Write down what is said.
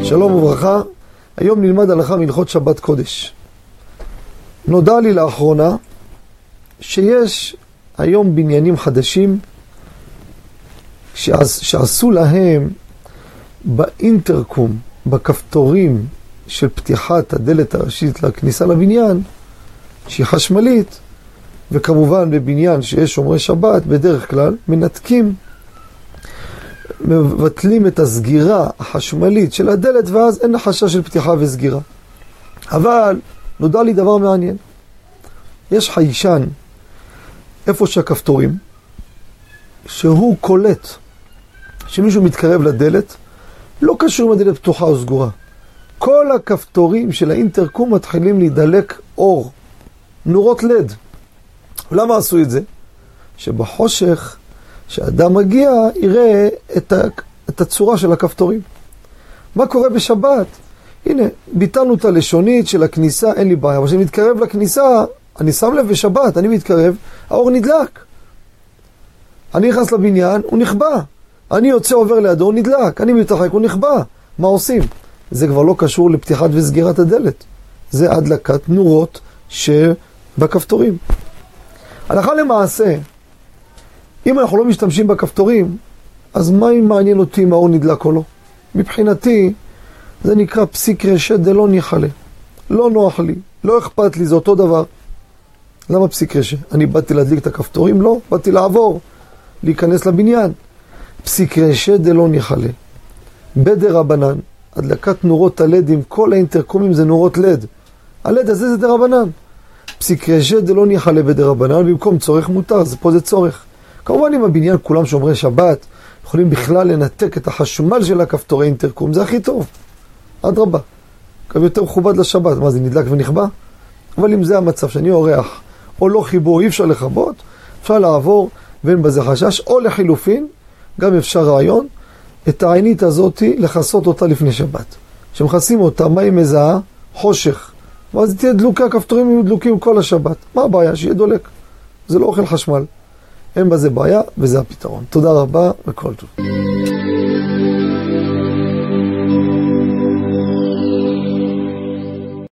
שלום וברכה, היום נלמד הלכה מהלכות שבת קודש. נודע לי לאחרונה שיש היום בניינים חדשים שעשו להם באינטרקום, בכפתורים של פתיחת הדלת הראשית לכניסה לבניין, שהיא חשמלית, וכמובן בבניין שיש שומרי שבת, בדרך כלל מנתקים, מבטלים את הסגירה החשמלית של הדלת, ואז אין חשש של פתיחה וסגירה. אבל נודע לי דבר מעניין. יש חיישן איפה שהכפתורים, שהוא קולט שמישהו מתקרב לדלת, לא קשור אם הדלת פתוחה או סגורה. כל הכפתורים של האינטרקום מתחילים להידלק אור, נורות לד. למה עשו את זה? שבחושך שאדם מגיע יראה את הצורה של הכפתורים. מה קורה בשבת? הנה, ביטלנו את הלשונית של הכניסה, אין לי בעיה. אבל כשאני מתקרב לכניסה, אני שם לב בשבת, אני מתקרב, האור נדלק. אני נכנס לבניין, הוא נכבה. אני יוצא עובר לידו, הוא נדלק. אני מתרחק, הוא נכבה. מה עושים? זה כבר לא קשור לפתיחת וסגירת הדלת. זה הדלקת נורות שבכפתורים. הלכה למעשה, אם אנחנו לא משתמשים בכפתורים, אז מה אם מעניין אותי אם האור נדלק או לא? מבחינתי, זה נקרא פסיק רשת דלא ניחלה. לא נוח לי, לא אכפת לי, זה אותו דבר. למה פסיק רשת? אני באתי להדליק את הכפתורים? לא, באתי לעבור, להיכנס לבניין. פסיק רשת דלא ניחלה. בדרבנן, הדלקת נורות הלד עם כל האינטרקומים זה נורות לד. הלד הזה זה דרבנן. פסיק רשת דלא ניחלה בדרבנן, במקום צורך מותר, פה זה צורך. כמובן אם הבניין כולם שומרי שבת, יכולים בכלל לנתק את החשמל של הכפתורי אינטרקום, זה הכי טוב. עד רבה. גם יותר מכובד לשבת. מה זה, נדלק ונכבה? אבל אם זה המצב שאני אורח, או לא חיבור, אי אפשר לחבות, אפשר לעבור ואין בזה חשש, או לחילופין, גם אפשר רעיון, את העינית הזאת, לחסות אותה לפני שבת. כשמחסים אותה, מה היא מזהה? חושך. ואז תהיה דלוקה, הכפתורים יהיו דלוקים כל השבת. מה הבעיה? שיהיה דולק. זה לא אוכל חשמל. אין בזה בעיה, וזה הפתרון. תודה רבה וכל טוב.